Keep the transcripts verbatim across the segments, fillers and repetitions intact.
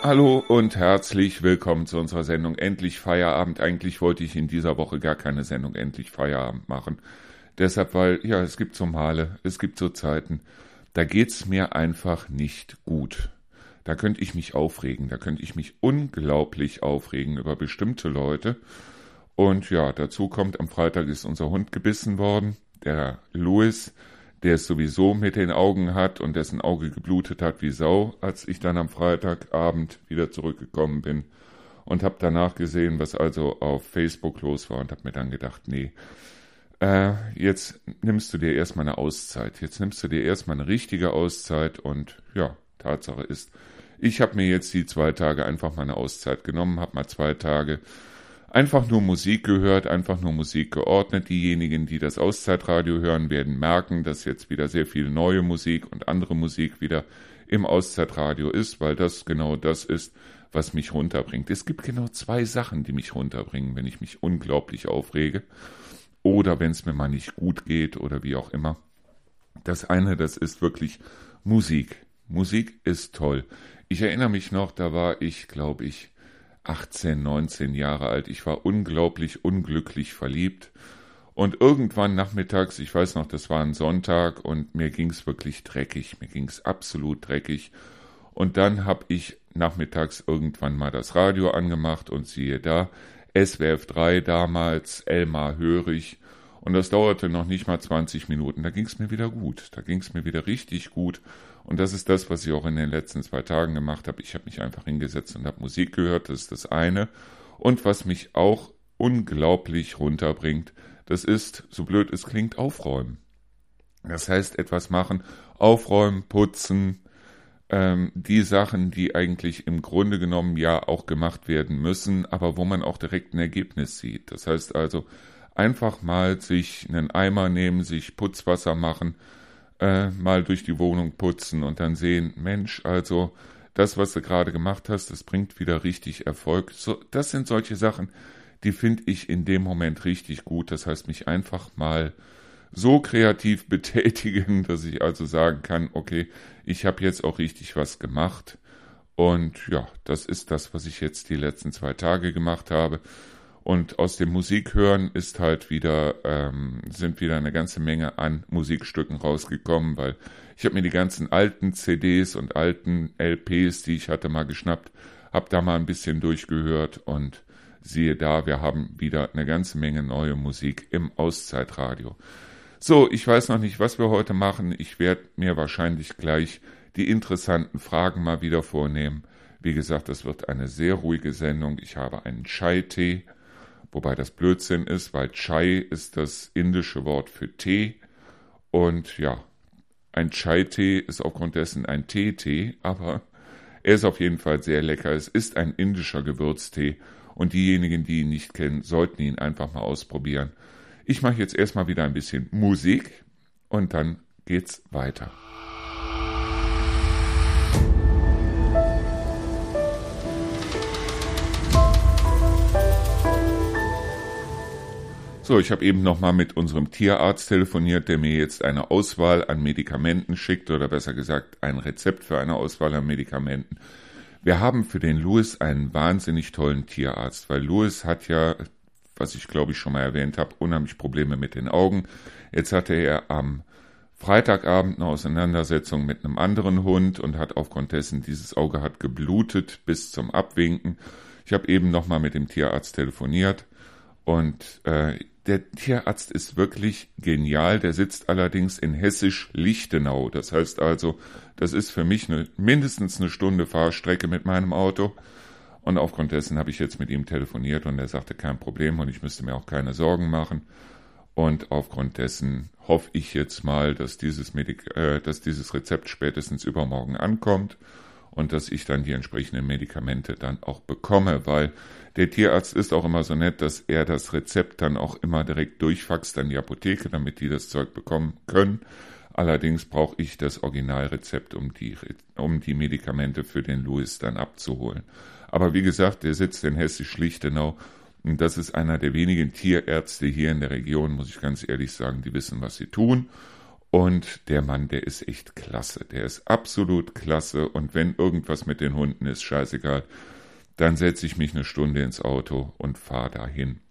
Hallo und herzlich willkommen zu unserer Sendung Endlich Feierabend. Eigentlich wollte ich in dieser Woche gar keine Sendung Endlich Feierabend machen. Deshalb, weil, ja, es gibt so Male, es gibt so Zeiten, da geht's mir einfach nicht gut. Da könnte ich mich aufregen, da könnte ich mich unglaublich aufregen über bestimmte Leute. Und ja, dazu kommt, am Freitag ist unser Hund gebissen worden, der Louis, der es sowieso mit den Augen hat und dessen Auge geblutet hat wie Sau, als ich dann am Freitagabend wieder zurückgekommen bin und habe danach gesehen, was also auf Facebook los war und habe mir dann gedacht, nee, äh, jetzt nimmst du dir erstmal eine Auszeit, jetzt nimmst du dir erstmal eine richtige Auszeit und ja, Tatsache ist, ich habe mir jetzt die zwei Tage einfach mal eine Auszeit genommen, habe mal zwei Tage einfach nur Musik gehört, einfach nur Musik geordnet. Diejenigen, die das Auszeitradio hören, werden merken, dass jetzt wieder sehr viel neue Musik und andere Musik wieder im Auszeitradio ist, weil das genau das ist, was mich runterbringt. Es gibt genau zwei Sachen, die mich runterbringen, wenn ich mich unglaublich aufrege oder wenn es mir mal nicht gut geht oder wie auch immer. Das eine, das ist wirklich Musik. Musik ist toll. Ich erinnere mich noch, da war ich, glaube ich, achtzehn, neunzehn Jahre alt. Ich war unglaublich unglücklich verliebt und irgendwann nachmittags, ich weiß noch, das war ein Sonntag und mir ging's wirklich dreckig, mir ging's absolut dreckig und dann habe ich nachmittags irgendwann mal das Radio angemacht und siehe da, S W F drei damals, Elmar Hörig und das dauerte noch nicht mal zwanzig Minuten, da ging's mir wieder gut, da ging's mir wieder richtig gut. Und das ist das, was ich auch in den letzten zwei Tagen gemacht habe. Ich habe mich einfach hingesetzt und habe Musik gehört, das ist das eine. Und was mich auch unglaublich runterbringt, das ist, so blöd es klingt, aufräumen. Das heißt, etwas machen, aufräumen, putzen, ähm, die Sachen, die eigentlich im Grunde genommen ja auch gemacht werden müssen, aber wo man auch direkt ein Ergebnis sieht. Das heißt also, einfach mal sich einen Eimer nehmen, sich Putzwasser machen, Äh, mal durch die Wohnung putzen und dann sehen, Mensch, also das, was du gerade gemacht hast, das bringt wieder richtig Erfolg. So, das sind solche Sachen, die finde ich in dem Moment richtig gut. Das heißt, mich einfach mal so kreativ betätigen, dass ich also sagen kann, okay, ich habe jetzt auch richtig was gemacht. Und ja, das ist das, was ich jetzt die letzten zwei Tage gemacht habe. Und aus dem Musikhören ist halt wieder, ähm, sind wieder eine ganze Menge an Musikstücken rausgekommen, weil ich habe mir die ganzen alten C Ds und alten L Ps, die ich hatte, mal geschnappt, habe da mal ein bisschen durchgehört und siehe da, wir haben wieder eine ganze Menge neue Musik im Auszeitradio. So, ich weiß noch nicht, was wir heute machen. Ich werde mir wahrscheinlich gleich die interessanten Fragen mal wieder vornehmen. Wie gesagt, das wird eine sehr ruhige Sendung. Ich habe einen Chai-Tee. Wobei das Blödsinn ist, weil Chai ist das indische Wort für Tee. Und ja, ein Chai-Tee ist aufgrund dessen ein Tee-Tee, aber er ist auf jeden Fall sehr lecker. Es ist ein indischer Gewürztee und diejenigen, die ihn nicht kennen, sollten ihn einfach mal ausprobieren. Ich mache jetzt erstmal wieder ein bisschen Musik und dann geht's weiter. So, ich habe eben nochmal mit unserem Tierarzt telefoniert, der mir jetzt eine Auswahl an Medikamenten schickt, oder besser gesagt ein Rezept für eine Auswahl an Medikamenten. Wir haben für den Louis einen wahnsinnig tollen Tierarzt, weil Louis hat ja, was ich glaube ich schon mal erwähnt habe, unheimlich Probleme mit den Augen. Jetzt hatte er am Freitagabend eine Auseinandersetzung mit einem anderen Hund und hat aufgrund dessen, dieses Auge hat geblutet bis zum Abwinken. Ich habe eben nochmal mit dem Tierarzt telefoniert und äh, der Tierarzt ist wirklich genial, der sitzt allerdings in Hessisch-Lichtenau. Das heißt also, das ist für mich eine, mindestens eine Stunde Fahrstrecke mit meinem Auto. Und aufgrund dessen habe ich jetzt mit ihm telefoniert und er sagte, kein Problem und ich müsste mir auch keine Sorgen machen. Und aufgrund dessen hoffe ich jetzt mal, dass dieses, Medik- äh, dass dieses Rezept spätestens übermorgen ankommt und dass ich dann die entsprechenden Medikamente dann auch bekomme, weil der Tierarzt ist auch immer so nett, dass er das Rezept dann auch immer direkt durchfaxt an die Apotheke, damit die das Zeug bekommen können. Allerdings brauche ich das Originalrezept, um die, um die Medikamente für den Louis dann abzuholen. Aber wie gesagt, der sitzt in Hessisch-Lichtenau und das ist einer der wenigen Tierärzte hier in der Region, muss ich ganz ehrlich sagen, die wissen, was sie tun. Und der Mann, der ist echt klasse. Der ist absolut klasse. Und wenn irgendwas mit den Hunden ist, scheißegal, dann setze ich mich eine Stunde ins Auto und fahre dahin.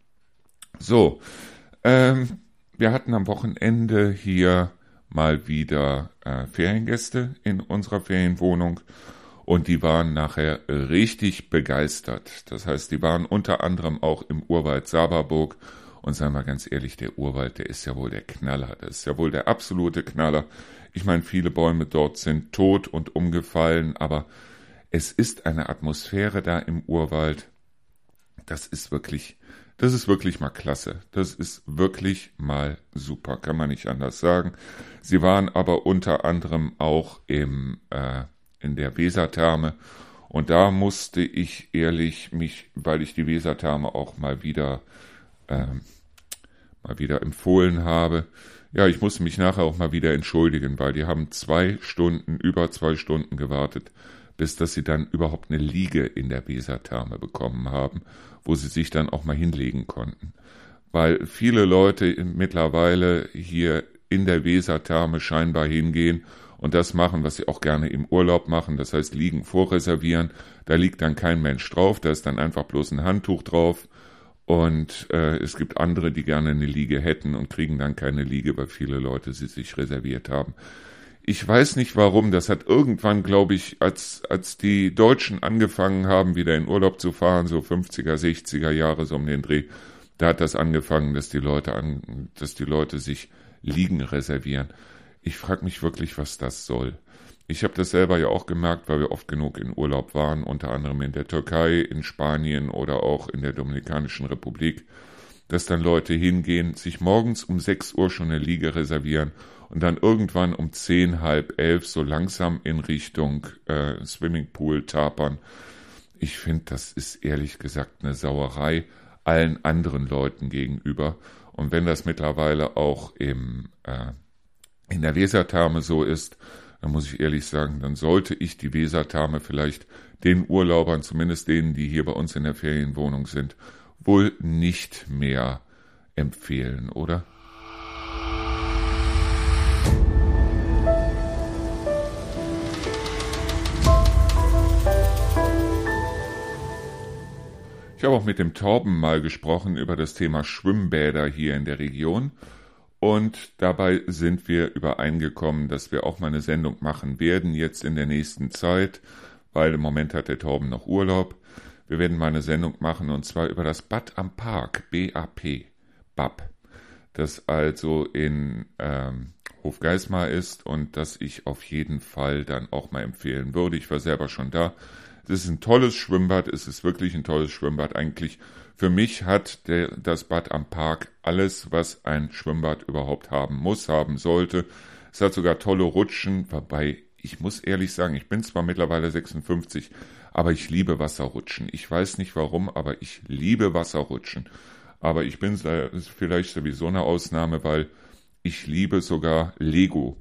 So, ähm, wir hatten am Wochenende hier mal wieder äh, Feriengäste in unserer Ferienwohnung und die waren nachher richtig begeistert. Das heißt, die waren unter anderem auch im Urwald Saberburg und seien wir ganz ehrlich, der Urwald, der ist ja wohl der Knaller, das ist ja wohl der absolute Knaller. Ich meine, viele Bäume dort sind tot und umgefallen, aber es ist eine Atmosphäre da im Urwald, das ist wirklich, das ist wirklich mal klasse. Das ist wirklich mal super, kann man nicht anders sagen. Sie waren aber unter anderem auch im, äh, in der Wesertherme und da musste ich ehrlich mich, weil ich die Wesertherme auch mal wieder, äh, mal wieder empfohlen habe, ja, ich musste mich nachher auch mal wieder entschuldigen, weil die haben zwei Stunden, über zwei Stunden gewartet, bis dass sie dann überhaupt eine Liege in der Wesertherme bekommen haben, wo sie sich dann auch mal hinlegen konnten. Weil viele Leute mittlerweile hier in der Wesertherme scheinbar hingehen und das machen, was sie auch gerne im Urlaub machen, das heißt Liegen vorreservieren, da liegt dann kein Mensch drauf, da ist dann einfach bloß ein Handtuch drauf und äh, es gibt andere, die gerne eine Liege hätten und kriegen dann keine Liege, weil viele Leute sie sich reserviert haben. Ich weiß nicht warum, das hat irgendwann, glaube ich, als als die Deutschen angefangen haben, wieder in Urlaub zu fahren, so fünfziger, sechziger Jahre, so um den Dreh, da hat das angefangen, dass die Leute an, dass die Leute sich Liegen reservieren. Ich frage mich wirklich, was das soll. Ich habe das selber ja auch gemerkt, weil wir oft genug in Urlaub waren, unter anderem in der Türkei, in Spanien oder auch in der Dominikanischen Republik, dass dann Leute hingehen, sich morgens um sechs Uhr schon eine Liege reservieren und dann irgendwann um zehn, halb elf so langsam in Richtung äh, Swimmingpool tapern. Ich finde, das ist ehrlich gesagt eine Sauerei allen anderen Leuten gegenüber. Und wenn das mittlerweile auch im, äh, in der Wesertherme so ist, dann muss ich ehrlich sagen, dann sollte ich die Wesertherme vielleicht den Urlaubern, zumindest denen, die hier bei uns in der Ferienwohnung sind, wohl nicht mehr empfehlen, oder? Ich habe auch mit dem Torben mal gesprochen über das Thema Schwimmbäder hier in der Region und dabei sind wir übereingekommen, dass wir auch mal eine Sendung machen werden jetzt in der nächsten Zeit, weil im Moment hat der Torben noch Urlaub. Wir werden mal eine Sendung machen und zwar über das Bad am Park, B A P, B A P, das also in ähm, Hofgeismar ist und das ich auf jeden Fall dann auch mal empfehlen würde. Ich war selber schon da. Es ist ein tolles Schwimmbad, es ist wirklich ein tolles Schwimmbad. Eigentlich für mich hat der, das Bad am Park alles, was ein Schwimmbad überhaupt haben muss, haben sollte. Es hat sogar tolle Rutschen, wobei ich muss ehrlich sagen, ich bin zwar mittlerweile sechsundfünfzig, aber ich liebe Wasserrutschen. Ich weiß nicht warum, aber ich liebe Wasserrutschen. Aber ich bin vielleicht sowieso eine Ausnahme, weil ich liebe sogar Lego.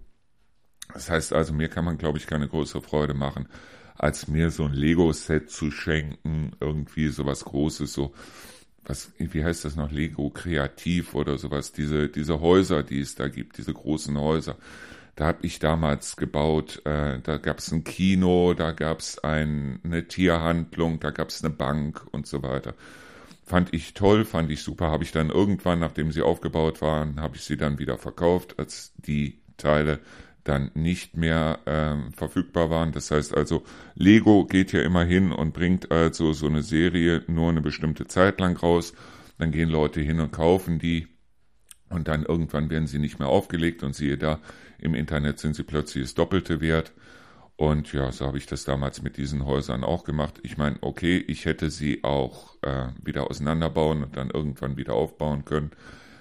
Das heißt also, mir kann man, glaube ich, keine größere Freude machen, als mir so ein Lego-Set zu schenken, irgendwie sowas Großes, so, was, wie heißt das noch, Lego Kreativ oder sowas, diese, diese Häuser, die es da gibt, diese großen Häuser. Da habe ich damals gebaut, äh, da gab es ein Kino, da gab es ein, eine Tierhandlung, da gab es eine Bank und so weiter. Fand ich toll, fand ich super, habe ich dann irgendwann, nachdem sie aufgebaut waren, habe ich sie dann wieder verkauft, als die Teile dann nicht mehr ähm, verfügbar waren. Das heißt also, Lego geht ja immer hin und bringt also so eine Serie nur eine bestimmte Zeit lang raus. Dann gehen Leute hin und kaufen die und dann irgendwann werden sie nicht mehr aufgelegt und siehe da, im Internet sind sie plötzlich das Doppelte wert. Und ja, so habe ich das damals mit diesen Häusern auch gemacht. Ich meine, okay, ich hätte sie auch äh, wieder auseinanderbauen und dann irgendwann wieder aufbauen können.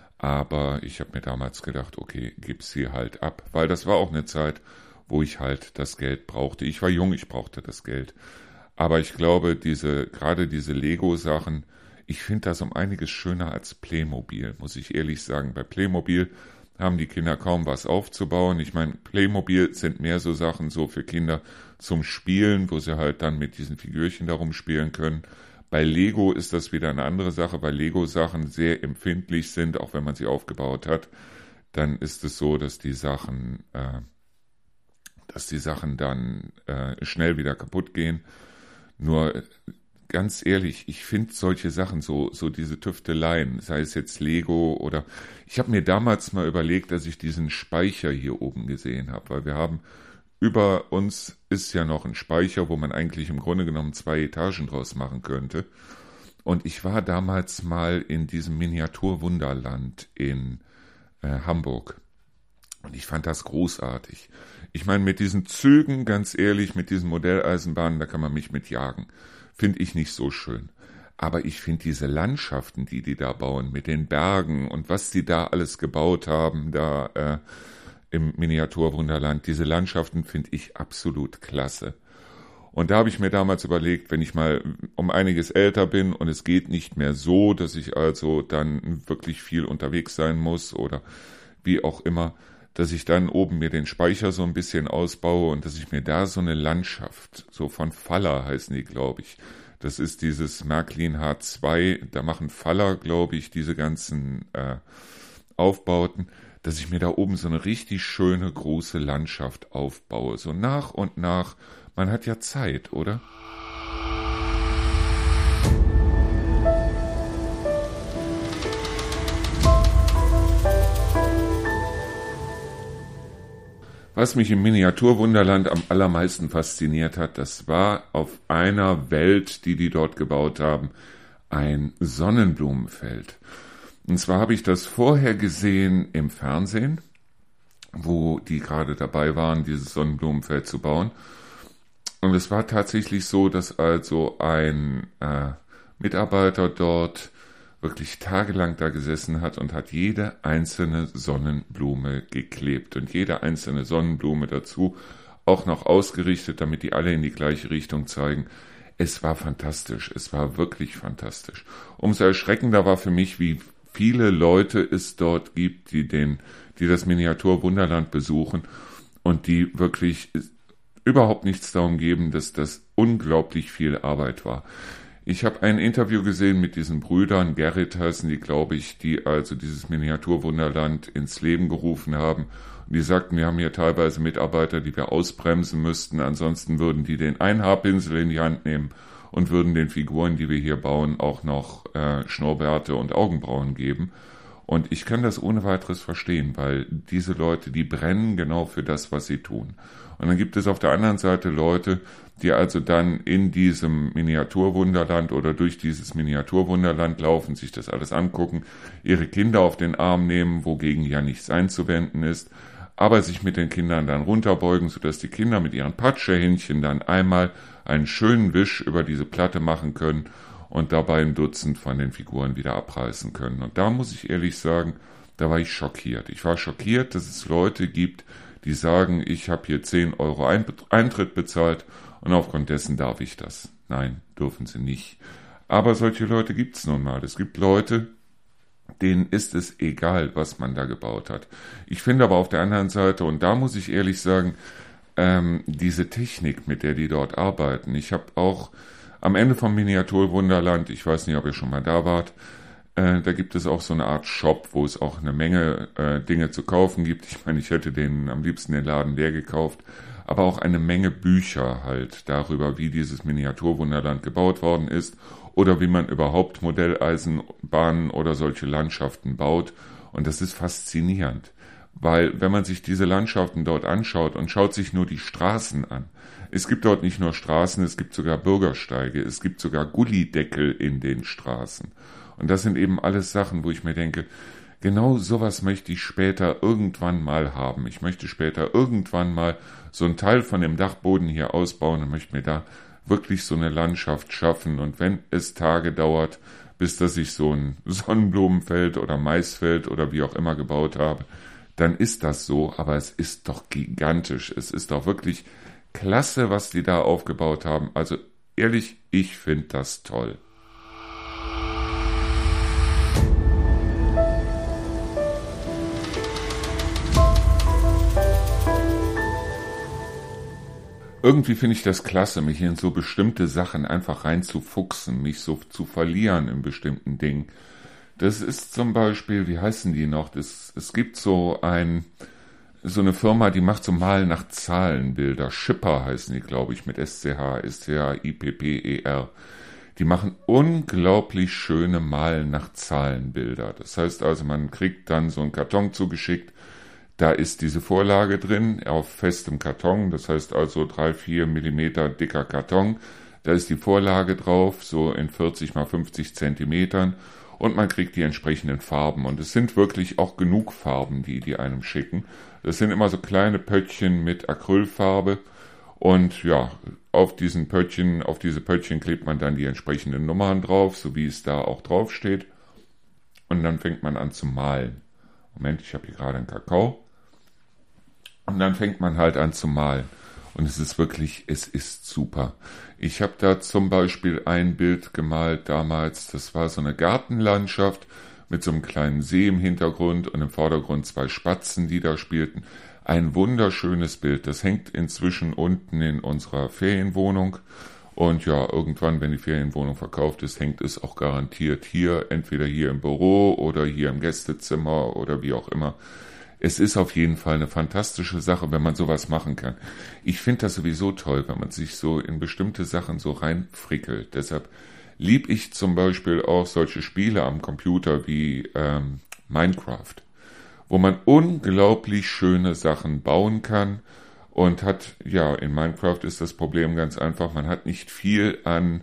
Aber ich habe mir damals gedacht, okay, gib sie halt ab, weil das war auch eine Zeit, wo ich halt das Geld brauchte. Ich war jung, ich brauchte das Geld. Aber ich glaube, diese gerade diese Lego-Sachen, ich finde das um einiges schöner als Playmobil, muss ich ehrlich sagen. Bei Playmobil haben die Kinder kaum was aufzubauen. Ich meine, Playmobil sind mehr so Sachen so für Kinder zum Spielen, wo sie halt dann mit diesen Figürchen darum spielen können. Bei Lego ist das wieder eine andere Sache, weil Lego-Sachen sehr empfindlich sind, auch wenn man sie aufgebaut hat. dann ist es so, dass die Sachen, äh, dass die Sachen dann äh, schnell wieder kaputt gehen. Nur ganz ehrlich, ich finde solche Sachen, so, so diese Tüfteleien, sei es jetzt Lego oder ich habe mir damals mal überlegt, dass ich diesen Speicher hier oben gesehen habe, weil wir haben über uns ist ja noch ein Speicher, wo man eigentlich im Grunde genommen zwei Etagen draus machen könnte. Und ich war damals mal in diesem Miniaturwunderland in äh, Hamburg. Und ich fand das großartig. Ich meine, mit diesen Zügen, ganz ehrlich, mit diesen Modelleisenbahnen, da kann man mich mit jagen. Finde ich nicht so schön. Aber ich finde diese Landschaften, die die da bauen, mit den Bergen und was die da alles gebaut haben, da äh, im Miniaturwunderland, diese Landschaften finde ich absolut klasse. Und da habe ich mir damals überlegt, wenn ich mal um einiges älter bin und es geht nicht mehr so, dass ich also dann wirklich viel unterwegs sein muss oder wie auch immer, dass ich dann oben mir den Speicher so ein bisschen ausbaue und dass ich mir da so eine Landschaft, so von Faller heißen die, glaube ich. Das ist dieses Märklin H zwei, da machen Faller, glaube ich, diese ganzen äh, Aufbauten, dass ich mir da oben so eine richtig schöne große Landschaft aufbaue. So nach und nach, man hat ja Zeit, oder? Was mich im Miniaturwunderland am allermeisten fasziniert hat, das war auf einer Welt, die die dort gebaut haben, ein Sonnenblumenfeld. Und zwar habe ich das vorher gesehen im Fernsehen, wo die gerade dabei waren, dieses Sonnenblumenfeld zu bauen. Und es war tatsächlich so, dass also ein äh, Mitarbeiter dort wirklich tagelang da gesessen hat und hat jede einzelne Sonnenblume geklebt und jede einzelne Sonnenblume dazu auch noch ausgerichtet, damit die alle in die gleiche Richtung zeigen. Es war fantastisch, es war wirklich fantastisch. Umso erschreckender war für mich, wie viele Leute es dort gibt, die den, die das Miniaturwunderland besuchen und die wirklich überhaupt nichts darum geben, dass das unglaublich viel Arbeit war. Ich habe ein Interview gesehen mit diesen Brüdern, Gerrit heißen die, glaube ich, die also dieses Miniaturwunderland ins Leben gerufen haben. Und die sagten, wir haben hier teilweise Mitarbeiter, die wir ausbremsen müssten, ansonsten würden die den Einhaarpinsel in die Hand nehmen und würden den Figuren, die wir hier bauen, auch noch äh, Schnurrbärte und Augenbrauen geben. Und ich kann das ohne weiteres verstehen, weil diese Leute, die brennen genau für das, was sie tun. Und dann gibt es auf der anderen Seite Leute, die also dann in diesem Miniaturwunderland oder durch dieses Miniaturwunderland laufen, sich das alles angucken, ihre Kinder auf den Arm nehmen, wogegen ja nichts einzuwenden ist, aber sich mit den Kindern dann runterbeugen, sodass die Kinder mit ihren Patschehändchen dann einmal einen schönen Wisch über diese Platte machen können und dabei ein Dutzend von den Figuren wieder abreißen können. Und da muss ich ehrlich sagen, da war ich schockiert. Ich war schockiert, dass es Leute gibt, die sagen, ich habe hier zehn Euro Eintritt bezahlt und aufgrund dessen darf ich das. Nein, dürfen sie nicht. Aber solche Leute gibt es nun mal. Es gibt Leute, denen ist es egal, was man da gebaut hat. Ich finde aber auf der anderen Seite, und da muss ich ehrlich sagen, ähm, diese Technik, mit der die dort arbeiten. Ich habe auch am Ende vom Miniaturwunderland, ich weiß nicht, ob ihr schon mal da wart, äh, da gibt es auch so eine Art Shop, wo es auch eine Menge äh, Dinge zu kaufen gibt. Ich meine, ich hätte den am liebsten den Laden leer gekauft, aber auch eine Menge Bücher halt darüber, wie dieses Miniaturwunderland gebaut worden ist oder wie man überhaupt Modelleisenbahnen oder solche Landschaften baut. Und das ist faszinierend, weil wenn man sich diese Landschaften dort anschaut und schaut sich nur die Straßen an, es gibt dort nicht nur Straßen, es gibt sogar Bürgersteige, es gibt sogar Gullideckel in den Straßen. Und das sind eben alles Sachen, wo ich mir denke, genau sowas möchte ich später irgendwann mal haben. Ich möchte später irgendwann mal so einen Teil von dem Dachboden hier ausbauen und möchte mir da wirklich so eine Landschaft schaffen. Und wenn es Tage dauert, bis dass ich so ein Sonnenblumenfeld oder Maisfeld oder wie auch immer gebaut habe, dann ist das so. Aber es ist doch gigantisch. Es ist doch wirklich klasse, was die da aufgebaut haben. Also ehrlich, ich finde das toll. Irgendwie finde ich das klasse, mich in so bestimmte Sachen einfach reinzufuchsen, mich so zu verlieren in bestimmten Dingen. Das ist zum Beispiel, wie heißen die noch? Das, es gibt so ein, so eine Firma, die macht so Malen nach Zahlenbilder. Schipper heißen die, glaube ich, mit S C H, S C H I P P E R. Die machen unglaublich schöne Malen nach Zahlenbilder. Das heißt also, man kriegt dann so einen Karton zugeschickt, da ist diese Vorlage drin, auf festem Karton, das heißt also drei, vier Millimeter dicker Karton. Da ist die Vorlage drauf, so in vierzig mal fünfzig Zentimetern, und man kriegt die entsprechenden Farben. Und es sind wirklich auch genug Farben, die die einem schicken. Das sind immer so kleine Pöttchen mit Acrylfarbe. Und ja, auf diesen Pöttchen, auf diese Pöttchen klebt man dann die entsprechenden Nummern drauf, so wie es da auch drauf steht. Und dann fängt man an zu malen. Moment, ich habe hier gerade einen Kakao. Und dann fängt man halt an zu malen. Und es ist wirklich, es ist super. Ich habe da zum Beispiel ein Bild gemalt damals, das war so eine Gartenlandschaft mit so einem kleinen See im Hintergrund und im Vordergrund zwei Spatzen, die da spielten. Ein wunderschönes Bild. Das hängt inzwischen unten in unserer Ferienwohnung. Und ja, irgendwann, wenn die Ferienwohnung verkauft ist, hängt es auch garantiert hier, entweder hier im Büro oder hier im Gästezimmer oder wie auch immer. Es ist auf jeden Fall eine fantastische Sache, wenn man sowas machen kann. Ich finde das sowieso toll, wenn man sich so in bestimmte Sachen so reinfrickelt. Deshalb lieb ich zum Beispiel auch solche Spiele am Computer wie ähm, Minecraft, wo man unglaublich schöne Sachen bauen kann und hat, ja, in Minecraft ist das Problem ganz einfach, man hat nicht viel an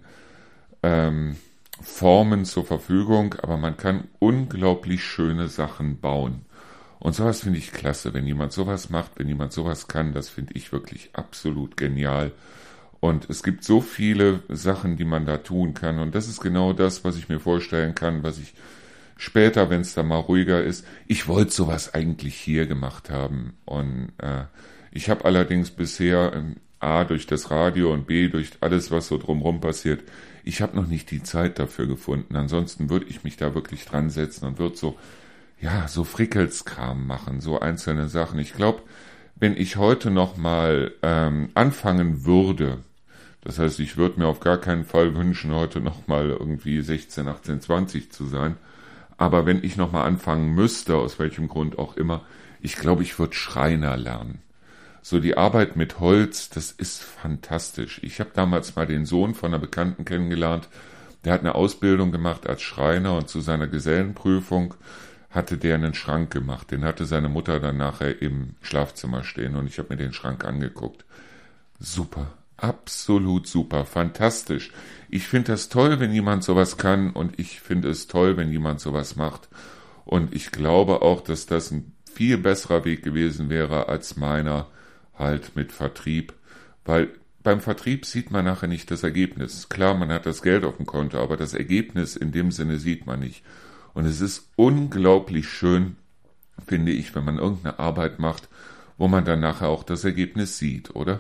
ähm, Formen zur Verfügung, aber man kann unglaublich schöne Sachen bauen. Und sowas finde ich klasse, wenn jemand sowas macht, wenn jemand sowas kann, das finde ich wirklich absolut genial. Und es gibt so viele Sachen, die man da tun kann. Und das ist genau das, was ich mir vorstellen kann, was ich später, wenn es da mal ruhiger ist, ich wollte sowas eigentlich hier gemacht haben. Und äh, ich habe allerdings bisher ähm, A, durch das Radio und B, durch alles, was so drumherum passiert, ich habe noch nicht die Zeit dafür gefunden. Ansonsten würde ich mich da wirklich dran setzen und würde so ja, so Frickelskram machen, so einzelne Sachen. Ich glaube, wenn ich heute noch mal ähm, anfangen würde, das heißt, ich würde mir auf gar keinen Fall wünschen, heute noch mal irgendwie sechzehn, achtzehn, zwanzig zu sein, aber wenn ich noch mal anfangen müsste, aus welchem Grund auch immer, ich glaube, ich würde Schreiner lernen. So die Arbeit mit Holz, das ist fantastisch. Ich habe damals mal den Sohn von einer Bekannten kennengelernt, der hat eine Ausbildung gemacht als Schreiner und zu seiner Gesellenprüfung hatte der einen Schrank gemacht. Den hatte seine Mutter dann nachher im Schlafzimmer stehen und ich habe mir den Schrank angeguckt. Super, absolut super, fantastisch. Ich finde das toll, wenn jemand sowas kann und ich finde es toll, wenn jemand sowas macht. Und ich glaube auch, dass das ein viel besserer Weg gewesen wäre als meiner halt mit Vertrieb, weil beim Vertrieb sieht man nachher nicht das Ergebnis. Klar, man hat das Geld auf dem Konto, aber das Ergebnis in dem Sinne sieht man nicht. Und es ist unglaublich schön, finde ich, wenn man irgendeine Arbeit macht, wo man dann nachher auch das Ergebnis sieht, oder?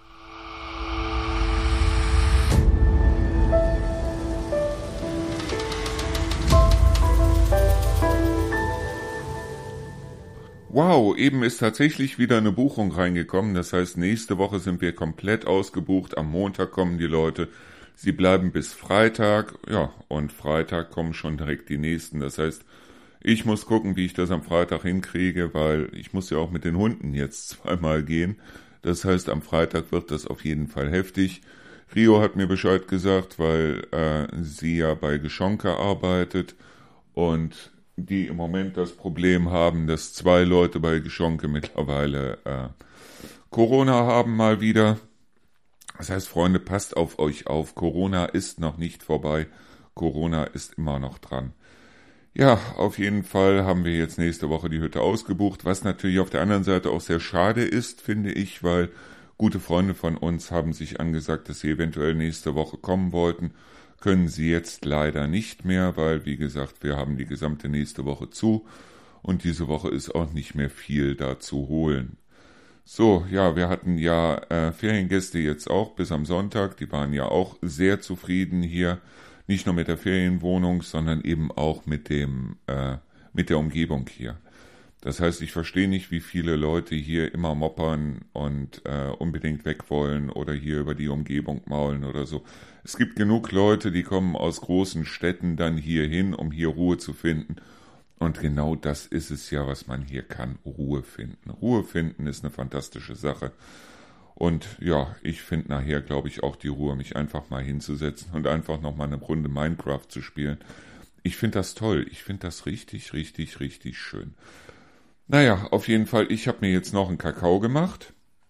Wow, eben ist tatsächlich wieder eine Buchung reingekommen. Das heißt, nächste Woche sind wir komplett ausgebucht. Am Montag kommen die Leute. Sie bleiben bis Freitag, ja, und Freitag kommen schon direkt die nächsten. Das heißt, ich muss gucken, wie ich das am Freitag hinkriege, weil ich muss ja auch mit den Hunden jetzt zweimal gehen. Das heißt, am Freitag wird das auf jeden Fall heftig. Rio hat mir Bescheid gesagt, weil äh, sie ja bei Geschonke arbeitet und die im Moment das Problem haben, dass zwei Leute bei Geschonke mittlerweile äh, Corona haben mal wieder. Das heißt, Freunde, passt auf euch auf. Corona ist noch nicht vorbei. Corona ist immer noch dran. Ja, auf jeden Fall haben wir jetzt nächste Woche die Hütte ausgebucht, was natürlich auf der anderen Seite auch sehr schade ist, finde ich, weil gute Freunde von uns haben sich angesagt, dass sie eventuell nächste Woche kommen wollten. Können sie jetzt leider nicht mehr, weil, wie gesagt, wir haben die gesamte nächste Woche zu und diese Woche ist auch nicht mehr viel da zu holen. So, ja, wir hatten ja äh, Feriengäste jetzt auch bis am Sonntag, die waren ja auch sehr zufrieden hier, nicht nur mit der Ferienwohnung, sondern eben auch mit dem äh, mit der Umgebung hier. Das heißt, ich verstehe nicht, wie viele Leute hier immer moppern und äh, unbedingt weg wollen oder hier über die Umgebung maulen oder so. Es gibt genug Leute, die kommen aus großen Städten dann hier hin, um hier Ruhe zu finden. Und genau das ist es ja, was man hier kann, Ruhe finden. Ruhe finden ist eine fantastische Sache. Und ja, ich finde nachher, glaube ich, auch die Ruhe, mich einfach mal hinzusetzen und einfach nochmal eine Runde Minecraft zu spielen. Ich finde das toll. Ich finde das richtig, richtig, richtig schön. Naja, auf jeden Fall, ich habe mir jetzt noch einen Kakao gemacht.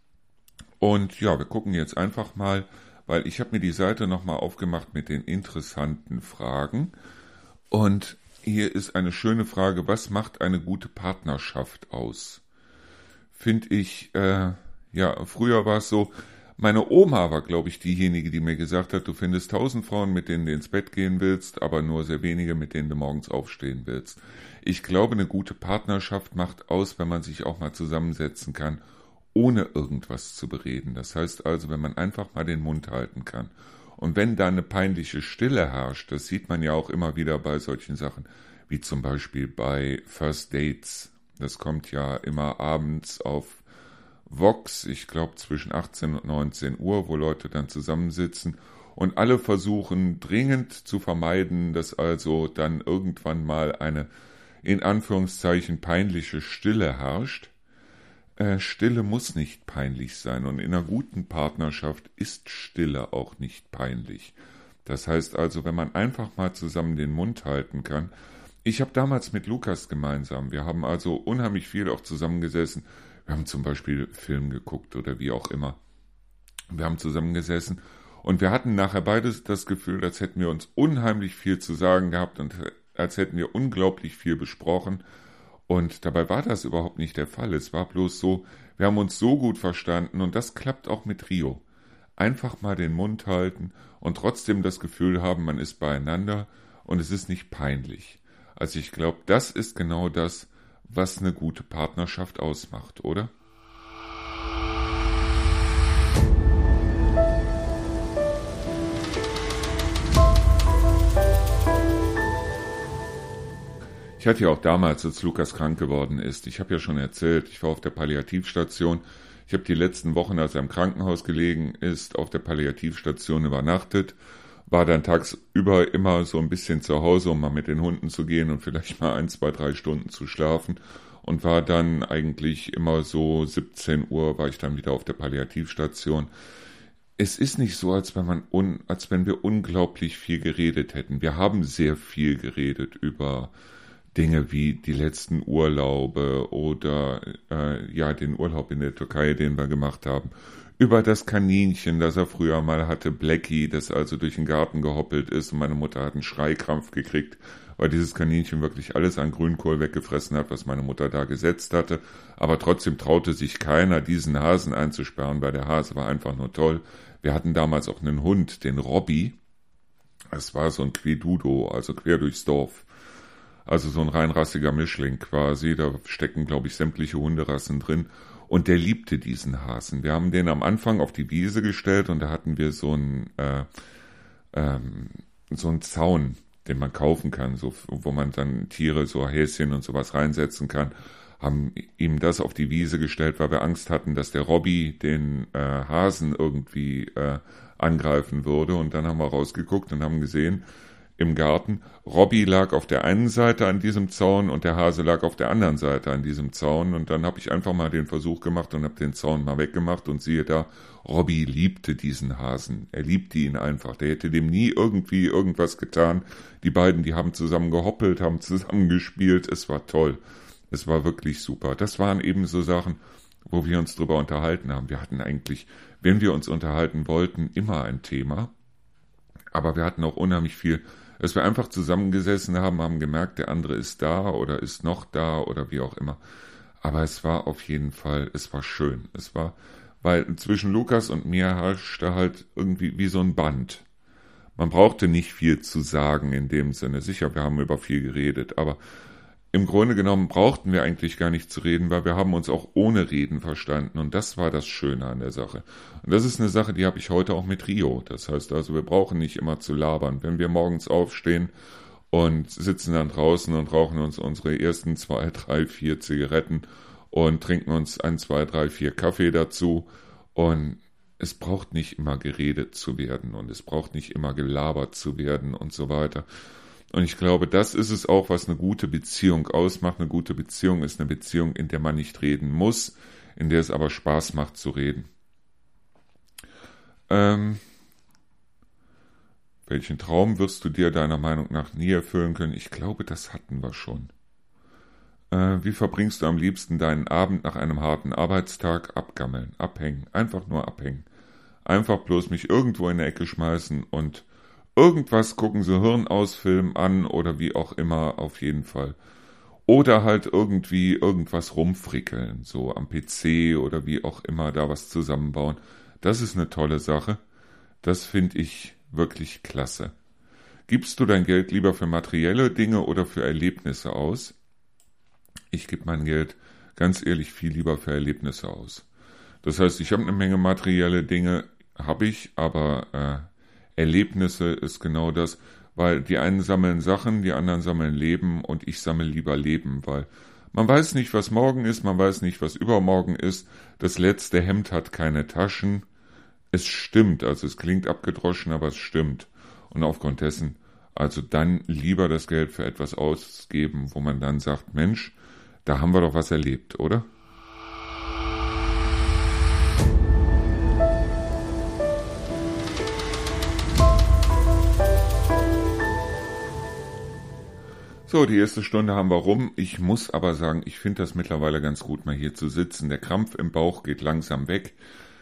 Und ja, wir gucken jetzt einfach mal, weil ich habe mir die Seite nochmal aufgemacht mit den interessanten Fragen. Und hier ist eine schöne Frage, was macht eine gute Partnerschaft aus? Finde ich, äh, ja, früher war es so, meine Oma war, glaube ich, diejenige, die mir gesagt hat, du findest tausend Frauen, mit denen du ins Bett gehen willst, aber nur sehr wenige, mit denen du morgens aufstehen willst. Ich glaube, eine gute Partnerschaft macht aus, wenn man sich auch mal zusammensetzen kann, ohne irgendwas zu bereden. Das heißt also, wenn man einfach mal den Mund halten kann. Und wenn da eine peinliche Stille herrscht, das sieht man ja auch immer wieder bei solchen Sachen, wie zum Beispiel bei First Dates. Das kommt ja immer abends auf Vox, ich glaube zwischen achtzehn und neunzehn Uhr, wo Leute dann zusammensitzen und alle versuchen dringend zu vermeiden, dass also dann irgendwann mal eine in Anführungszeichen peinliche Stille herrscht. Äh, Stille muss nicht peinlich sein und in einer guten Partnerschaft ist Stille auch nicht peinlich. Das heißt also, wenn man einfach mal zusammen den Mund halten kann. Ich habe damals mit Lukas gemeinsam, wir haben also unheimlich viel auch zusammengesessen. Wir haben zum Beispiel Film geguckt oder wie auch immer. Wir haben zusammengesessen und wir hatten nachher beides das Gefühl, als hätten wir uns unheimlich viel zu sagen gehabt und als hätten wir unglaublich viel besprochen. Und dabei war das überhaupt nicht der Fall. Es war bloß so, wir haben uns so gut verstanden und das klappt auch mit Rio. Einfach mal den Mund halten und trotzdem das Gefühl haben, man ist beieinander und es ist nicht peinlich. Also ich glaube, das ist genau das, was eine gute Partnerschaft ausmacht, oder? Ich hatte ja auch damals, als Lukas krank geworden ist, ich habe ja schon erzählt, ich war auf der Palliativstation. Ich habe die letzten Wochen, als er im Krankenhaus gelegen ist, auf der Palliativstation übernachtet, war dann tagsüber immer so ein bisschen zu Hause, um mal mit den Hunden zu gehen und vielleicht mal ein, zwei, drei Stunden zu schlafen und war dann eigentlich immer so siebzehn Uhr war ich dann wieder auf der Palliativstation. Es ist nicht so, als wenn man un, als wenn wir unglaublich viel geredet hätten. Wir haben sehr viel geredet über Dinge wie die letzten Urlaube oder äh, ja den Urlaub in der Türkei, den wir gemacht haben, über das Kaninchen, das er früher mal hatte, Blackie, das also durch den Garten gehoppelt ist und meine Mutter hat einen Schreikrampf gekriegt, weil dieses Kaninchen wirklich alles an Grünkohl weggefressen hat, was meine Mutter da gesetzt hatte, aber trotzdem traute sich keiner, diesen Hasen einzusperren, weil der Hase war einfach nur toll. Wir hatten damals auch einen Hund, den Robby, das war so ein Quedudo, also quer durchs Dorf. Also so ein reinrassiger Mischling quasi, da stecken, glaube ich, sämtliche Hunderassen drin. Und der liebte diesen Hasen. Wir haben den am Anfang auf die Wiese gestellt und da hatten wir so einen, äh, ähm, so einen Zaun, den man kaufen kann, so, wo man dann Tiere, so Häschen und sowas reinsetzen kann. Haben ihm das auf die Wiese gestellt, weil wir Angst hatten, dass der Robby den äh, Hasen irgendwie äh, angreifen würde. Und dann haben wir rausgeguckt und haben gesehen, im Garten, Robby lag auf der einen Seite an diesem Zaun und der Hase lag auf der anderen Seite an diesem Zaun und dann habe ich einfach mal den Versuch gemacht und habe den Zaun mal weggemacht und siehe da, Robby liebte diesen Hasen, er liebte ihn einfach, der hätte dem nie irgendwie irgendwas getan, die beiden, die haben zusammen gehoppelt, haben zusammen gespielt, es war toll, es war wirklich super, das waren eben so Sachen, wo wir uns drüber unterhalten haben, wir hatten eigentlich, wenn wir uns unterhalten wollten, immer ein Thema, aber wir hatten auch unheimlich viel, dass wir einfach zusammengesessen haben, haben gemerkt, der andere ist da oder ist noch da oder wie auch immer. Aber es war auf jeden Fall, es war schön. Es war, weil zwischen Lukas und mir herrschte halt irgendwie wie so ein Band. Man brauchte nicht viel zu sagen in dem Sinne. Sicher, wir haben über viel geredet, aber im Grunde genommen brauchten wir eigentlich gar nicht zu reden, weil wir haben uns auch ohne Reden verstanden und das war das Schöne an der Sache. Und das ist eine Sache, die habe ich heute auch mit Rio. Das heißt also, wir brauchen nicht immer zu labern. Wenn wir morgens aufstehen und sitzen dann draußen und rauchen uns unsere ersten zwei, drei, vier Zigaretten und trinken uns ein, zwei, drei, vier Kaffee dazu. Und es braucht nicht immer geredet zu werden und es braucht nicht immer gelabert zu werden und so weiter. Und ich glaube, das ist es auch, was eine gute Beziehung ausmacht. Eine gute Beziehung ist eine Beziehung, in der man nicht reden muss, in der es aber Spaß macht zu reden. Ähm, welchen Traum wirst du dir deiner Meinung nach nie erfüllen können? Ich glaube, das hatten wir schon. Äh, wie verbringst du am liebsten deinen Abend nach einem harten Arbeitstag? Abgammeln, abhängen, einfach nur abhängen. Einfach bloß mich irgendwo in eine Ecke schmeißen und irgendwas gucken, so Hirnausfilm an oder wie auch immer, auf jeden Fall. Oder halt irgendwie irgendwas rumfrickeln, so am P C oder wie auch immer, da was zusammenbauen. Das ist eine tolle Sache. Das finde ich wirklich klasse. Gibst du dein Geld lieber für materielle Dinge oder für Erlebnisse aus? Ich gebe mein Geld ganz ehrlich viel lieber für Erlebnisse aus. Das heißt, ich habe eine Menge materielle Dinge, habe ich, aber äh, Erlebnisse ist genau das, weil die einen sammeln Sachen, die anderen sammeln Leben und ich sammle lieber Leben, weil man weiß nicht, was morgen ist, man weiß nicht, was übermorgen ist. Das letzte Hemd hat keine Taschen. Es stimmt, also es klingt abgedroschen, aber es stimmt. Und aufgrund dessen, also dann lieber das Geld für etwas ausgeben, wo man dann sagt, Mensch, da haben wir doch was erlebt, oder? So, die erste Stunde haben wir rum. Ich muss aber sagen, ich finde das mittlerweile ganz gut, mal hier zu sitzen. Der Krampf im Bauch geht langsam weg,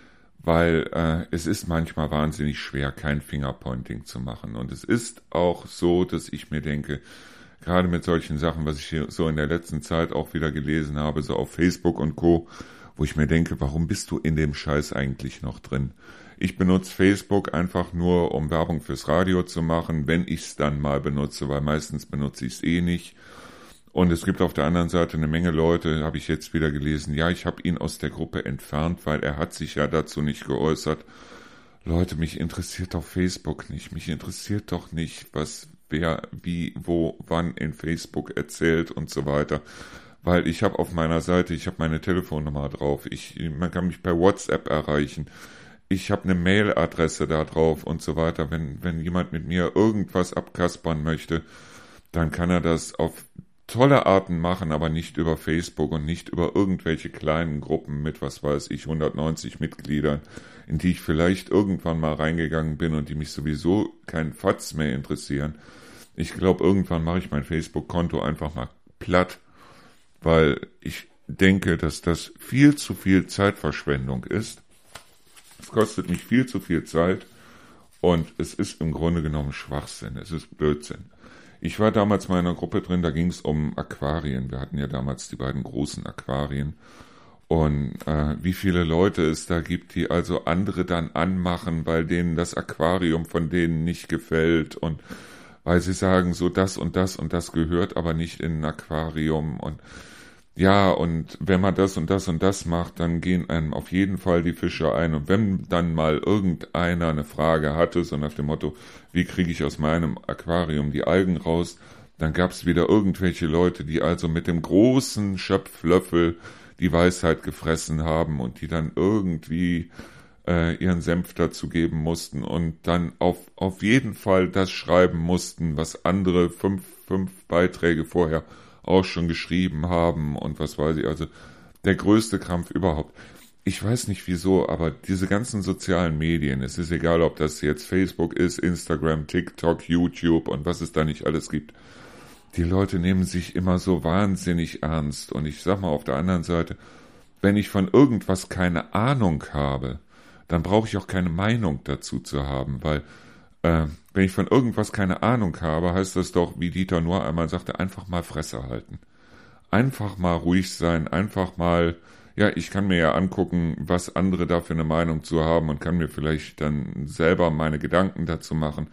weil äh, es ist manchmal wahnsinnig schwer, kein Fingerpointing zu machen. Und es ist auch so, dass ich mir denke, gerade mit solchen Sachen, was ich hier so in der letzten Zeit auch wieder gelesen habe, so auf Facebook und Co., wo ich mir denke, warum bist du in dem Scheiß eigentlich noch drin? Ich benutze Facebook einfach nur, um Werbung fürs Radio zu machen, wenn ich es dann mal benutze, weil meistens benutze ich es eh nicht. Und es gibt auf der anderen Seite eine Menge Leute, habe ich jetzt wieder gelesen, ja, ich habe ihn aus der Gruppe entfernt, weil er hat sich ja dazu nicht geäußert. Leute, mich interessiert doch Facebook nicht. Mich interessiert doch nicht, was wer, wie, wo, wann in Facebook erzählt und so weiter. Weil ich habe auf meiner Seite, ich habe meine Telefonnummer drauf, ich, man kann mich per WhatsApp erreichen. Ich habe eine Mailadresse da drauf und so weiter. Wenn, wenn jemand mit mir irgendwas abkaspern möchte, dann kann er das auf tolle Arten machen, aber nicht über Facebook und nicht über irgendwelche kleinen Gruppen mit, was weiß ich, hundertneunzig Mitgliedern, in die ich vielleicht irgendwann mal reingegangen bin und die mich sowieso kein Fatz mehr interessieren. Ich glaube, irgendwann mache ich mein Facebook-Konto einfach mal platt, weil ich denke, dass das viel zu viel Zeitverschwendung ist. Es kostet mich viel zu viel Zeit und es ist im Grunde genommen Schwachsinn, es ist Blödsinn. Ich war damals mal in einer Gruppe drin, da ging es um Aquarien. Wir hatten ja damals die beiden großen Aquarien. Und äh, wie viele Leute es da gibt, die also andere dann anmachen, weil denen das Aquarium von denen nicht gefällt und weil sie sagen, so das und das und das gehört aber nicht in ein Aquarium und ja, und wenn man das und das und das macht, dann gehen einem auf jeden Fall die Fische ein. Und wenn dann mal irgendeiner eine Frage hatte, so nach dem Motto, wie kriege ich aus meinem Aquarium die Algen raus, dann gab es wieder irgendwelche Leute, die also mit dem großen Schöpflöffel die Weisheit gefressen haben und die dann irgendwie äh, ihren Senf dazu geben mussten und dann auf, auf jeden Fall das schreiben mussten, was andere fünf, fünf Beiträge vorher auch schon geschrieben haben und was weiß ich, also der größte Krampf überhaupt. Ich weiß nicht wieso, aber diese ganzen sozialen Medien, es ist egal, ob das jetzt Facebook ist, Instagram, TikTok, YouTube und was es da nicht alles gibt, die Leute nehmen sich immer so wahnsinnig ernst und ich sag mal auf der anderen Seite, wenn ich von irgendwas keine Ahnung habe, dann brauche ich auch keine Meinung dazu zu haben, weil Äh, wenn ich von irgendwas keine Ahnung habe, heißt das doch, wie Dieter Nuhr einmal sagte, einfach mal Fresse halten. Einfach mal ruhig sein, einfach mal, ja, ich kann mir ja angucken, was andere da für eine Meinung zu haben und kann mir vielleicht dann selber meine Gedanken dazu machen.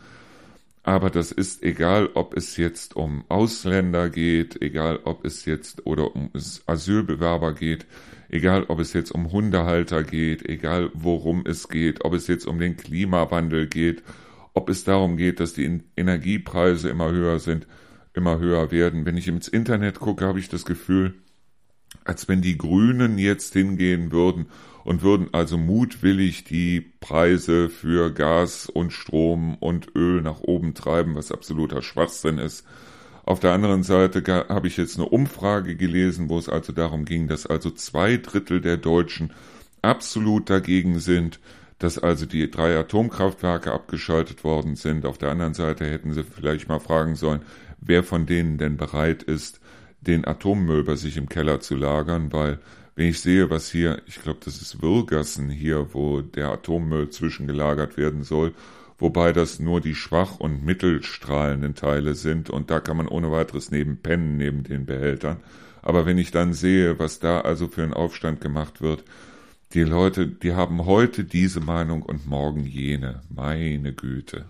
Aber das ist egal, ob es jetzt um Ausländer geht, egal ob es jetzt oder um Asylbewerber geht, egal ob es jetzt um Hundehalter geht, egal worum es geht, ob es jetzt um den Klimawandel geht, ob es darum geht, dass die Energiepreise immer höher sind. immer höher werden. Wenn ich ins Internet gucke, habe ich das Gefühl, als wenn die Grünen jetzt hingehen würden und würden also mutwillig die Preise für Gas und Strom und Öl nach oben treiben, was absoluter Schwachsinn ist. Auf der anderen Seite habe ich jetzt eine Umfrage gelesen, wo es also darum ging, dass also zwei Drittel der Deutschen absolut dagegen sind, dass also die drei Atomkraftwerke abgeschaltet worden sind. Auf der anderen Seite hätten sie vielleicht mal fragen sollen, wer von denen denn bereit ist, den Atommüll bei sich im Keller zu lagern, weil wenn ich sehe, was hier, ich glaube, das ist Würgassen hier, wo der Atommüll zwischengelagert werden soll, wobei das nur die schwach- und mittelstrahlenden Teile sind und da kann man ohne weiteres neben pennen, neben den Behältern. Aber wenn ich dann sehe, was da also für ein Aufstand gemacht wird, die Leute, die haben heute diese Meinung und morgen jene. Meine Güte.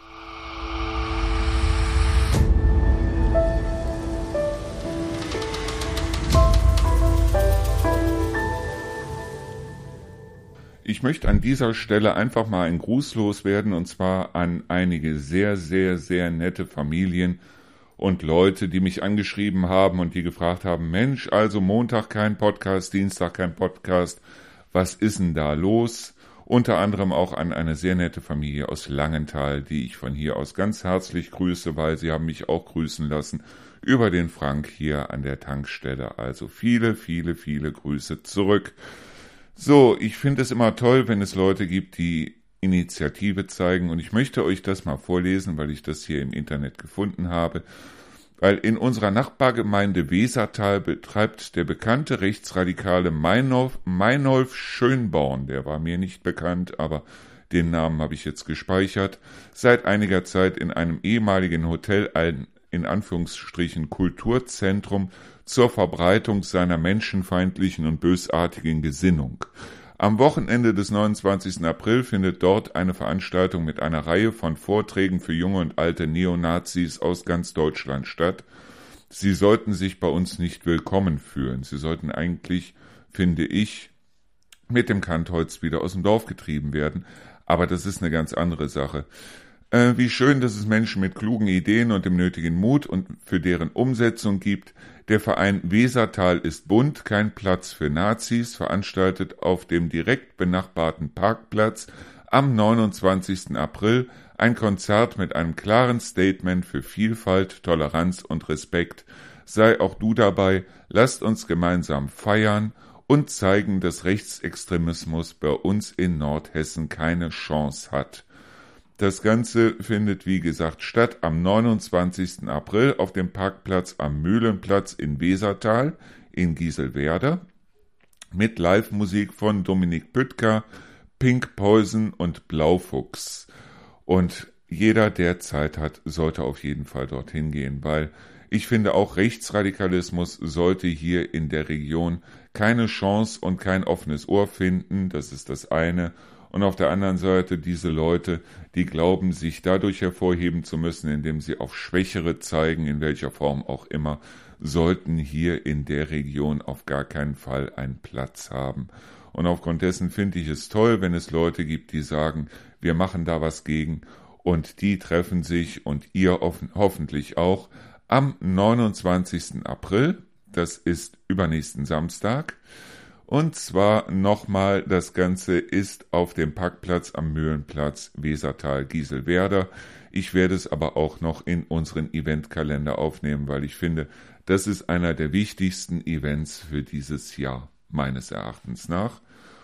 Ich möchte an dieser Stelle einfach mal einen Gruß loswerden, und zwar an einige sehr, sehr, sehr nette Familien und Leute, die mich angeschrieben haben und die gefragt haben, Mensch, also Montag kein Podcast, Dienstag kein Podcast, was ist denn da los? Unter anderem auch an eine sehr nette Familie aus Langenthal, die ich von hier aus ganz herzlich grüße, weil sie haben mich auch grüßen lassen über den Frank hier an der Tankstelle. Also viele, viele, viele Grüße zurück. So, ich finde es immer toll, wenn es Leute gibt, die Initiative zeigen und ich möchte euch das mal vorlesen, weil ich das hier im Internet gefunden habe. Weil in unserer Nachbargemeinde Wesertal betreibt der bekannte rechtsradikale Meinolf, Meinolf Schönborn, der war mir nicht bekannt, aber den Namen habe ich jetzt gespeichert, seit einiger Zeit in einem ehemaligen Hotel ein, in Anführungsstrichen, Kulturzentrum zur Verbreitung seiner menschenfeindlichen und bösartigen Gesinnung. Am Wochenende des neunundzwanzigsten April findet dort eine Veranstaltung mit einer Reihe von Vorträgen für junge und alte Neonazis aus ganz Deutschland statt. Sie sollten sich bei uns nicht willkommen fühlen. Sie sollten eigentlich, finde ich, mit dem Kantholz wieder aus dem Dorf getrieben werden. Aber das ist eine ganz andere Sache. Äh, wie schön, dass es Menschen mit klugen Ideen und dem nötigen Mut und für deren Umsetzung gibt. Der Verein Wesertal ist bunt, kein Platz für Nazis, veranstaltet auf dem direkt benachbarten Parkplatz am neunundzwanzigsten April ein Konzert mit einem klaren Statement für Vielfalt, Toleranz und Respekt. Sei auch du dabei, lasst uns gemeinsam feiern und zeigen, dass Rechtsextremismus bei uns in Nordhessen keine Chance hat. Das Ganze findet, wie gesagt, statt am neunundzwanzigsten April auf dem Parkplatz am Mühlenplatz in Wesertal in Gieselwerder mit Live-Musik von Dominik Püttger, Pink Poison und Blaufuchs. Und jeder, der Zeit hat, sollte auf jeden Fall dorthin gehen, weil ich finde, auch Rechtsradikalismus sollte hier in der Region keine Chance und kein offenes Ohr finden, das ist das eine. Und auf der anderen Seite diese Leute, die glauben, sich dadurch hervorheben zu müssen, indem sie auf Schwächere zeigen, in welcher Form auch immer, sollten hier in der Region auf gar keinen Fall einen Platz haben. Und aufgrund dessen finde ich es toll, wenn es Leute gibt, die sagen, wir machen da was gegen und die treffen sich und ihr offen, hoffentlich auch am neunundzwanzigsten April, das ist übernächsten Samstag. Und zwar nochmal, das Ganze ist auf dem Parkplatz am Mühlenplatz Wesertal-Gieselwerder. Ich werde es aber auch noch in unseren Eventkalender aufnehmen, weil ich finde, das ist einer der wichtigsten Events für dieses Jahr, meines Erachtens nach.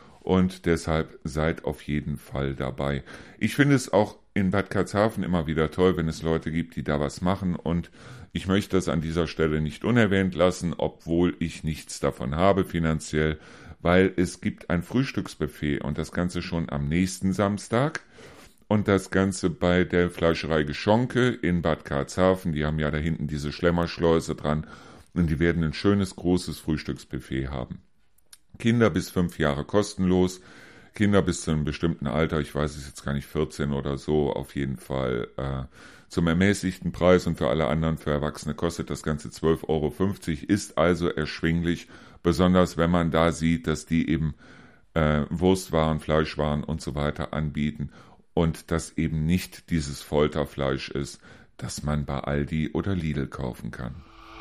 Und deshalb seid auf jeden Fall dabei. Ich finde es auch in Bad Karlshafen immer wieder toll, wenn es Leute gibt, die da was machen, und ich möchte das an dieser Stelle nicht unerwähnt lassen, obwohl ich nichts davon habe finanziell, weil es gibt ein Frühstücksbuffet und das Ganze schon am nächsten Samstag und das Ganze bei der Fleischerei Geschonke in Bad Karlshafen. Die haben ja da hinten diese Schlemmerschleuse dran und die werden ein schönes, großes Frühstücksbuffet haben. Kinder bis fünf Jahre kostenlos, Kinder bis zu einem bestimmten Alter, ich weiß es jetzt gar nicht, vierzehn oder so, auf jeden Fall äh, zum ermäßigten Preis, und für alle anderen, für Erwachsene, kostet das Ganze zwölf Euro fünfzig, ist also erschwinglich, besonders wenn man da sieht, dass die eben äh, Wurstwaren, Fleischwaren und so weiter anbieten und das eben nicht dieses Folterfleisch ist, das man bei Aldi oder Lidl kaufen kann.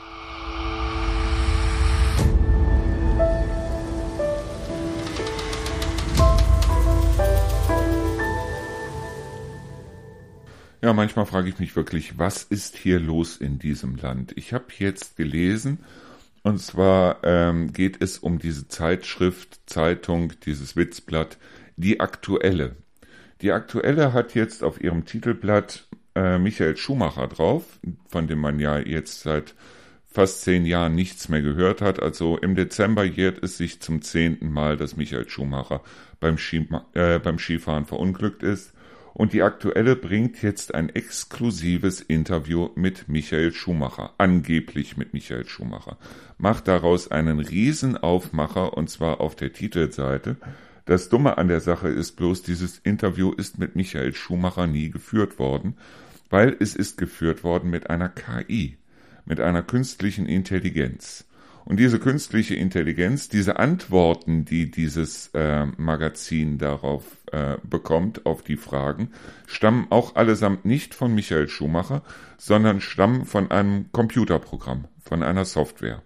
Ja, manchmal frage ich mich wirklich, was ist hier los in diesem Land? Ich habe jetzt gelesen, und zwar ähm, geht es um diese Zeitschrift, Zeitung, dieses Witzblatt, Die Aktuelle. Die Aktuelle hat jetzt auf ihrem Titelblatt äh, Michael Schumacher drauf, von dem man ja jetzt seit fast zehn Jahren nichts mehr gehört hat. Also im Dezember jährt es sich zum zehnten Mal, dass Michael Schumacher beim, Ski, äh, beim Skifahren verunglückt ist. Und die Aktuelle bringt jetzt ein exklusives Interview mit Michael Schumacher, angeblich mit Michael Schumacher, macht daraus einen Riesenaufmacher, und zwar auf der Titelseite. Das Dumme an der Sache ist bloß, dieses Interview ist mit Michael Schumacher nie geführt worden, weil es ist geführt worden mit einer K I, mit einer künstlichen Intelligenz. Und diese künstliche Intelligenz, diese Antworten, die dieses äh, Magazin darauf äh, bekommt, auf die Fragen, stammen auch allesamt nicht von Michael Schumacher, sondern stammen von einem Computerprogramm, von einer Software.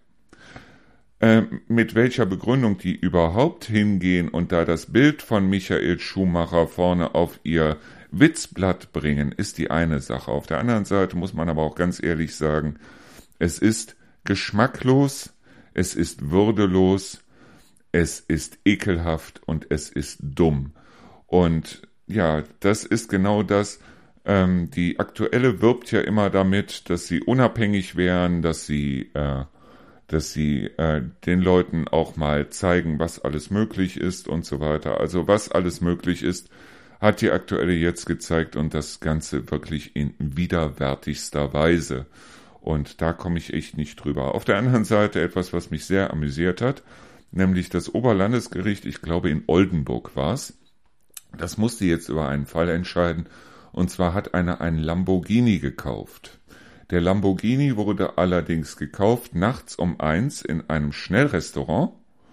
Äh, mit welcher Begründung die überhaupt hingehen und da das Bild von Michael Schumacher vorne auf ihr Witzblatt bringen, ist die eine Sache. Auf der anderen Seite muss man aber auch ganz ehrlich sagen, es ist geschmacklos, es ist würdelos, es ist ekelhaft und es ist dumm. Und ja, das ist genau das. Ähm, die Aktuelle wirbt ja immer damit, dass sie unabhängig wären, dass sie, äh, dass sie äh, den Leuten auch mal zeigen, was alles möglich ist und so weiter. Also was alles möglich ist, hat die Aktuelle jetzt gezeigt, und das Ganze wirklich in widerwärtigster Weise. Und da komme ich echt nicht drüber. Auf der anderen Seite etwas, was mich sehr amüsiert hat, nämlich das Oberlandesgericht, ich glaube in Oldenburg war es, das musste jetzt über einen Fall entscheiden, und zwar hat einer einen Lamborghini gekauft. Der Lamborghini wurde allerdings gekauft nachts um eins in einem Schnellrestaurant,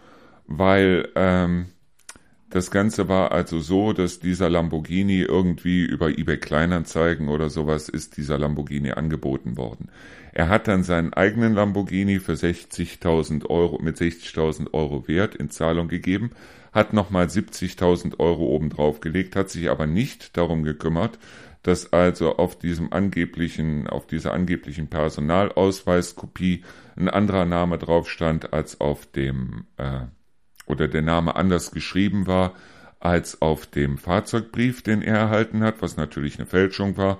weil ähm, das Ganze war also so, dass dieser Lamborghini irgendwie über eBay Kleinanzeigen oder sowas ist dieser Lamborghini angeboten worden. Er hat dann seinen eigenen Lamborghini für sechzigtausend Euro, mit sechzigtausend Euro Wert in Zahlung gegeben, hat nochmal siebzigtausend Euro obendrauf gelegt, hat sich aber nicht darum gekümmert, dass also auf diesem angeblichen, auf dieser angeblichen Personalausweiskopie ein anderer Name drauf stand, als auf dem, äh, oder der Name anders geschrieben war, als auf dem Fahrzeugbrief, den er erhalten hat, was natürlich eine Fälschung war.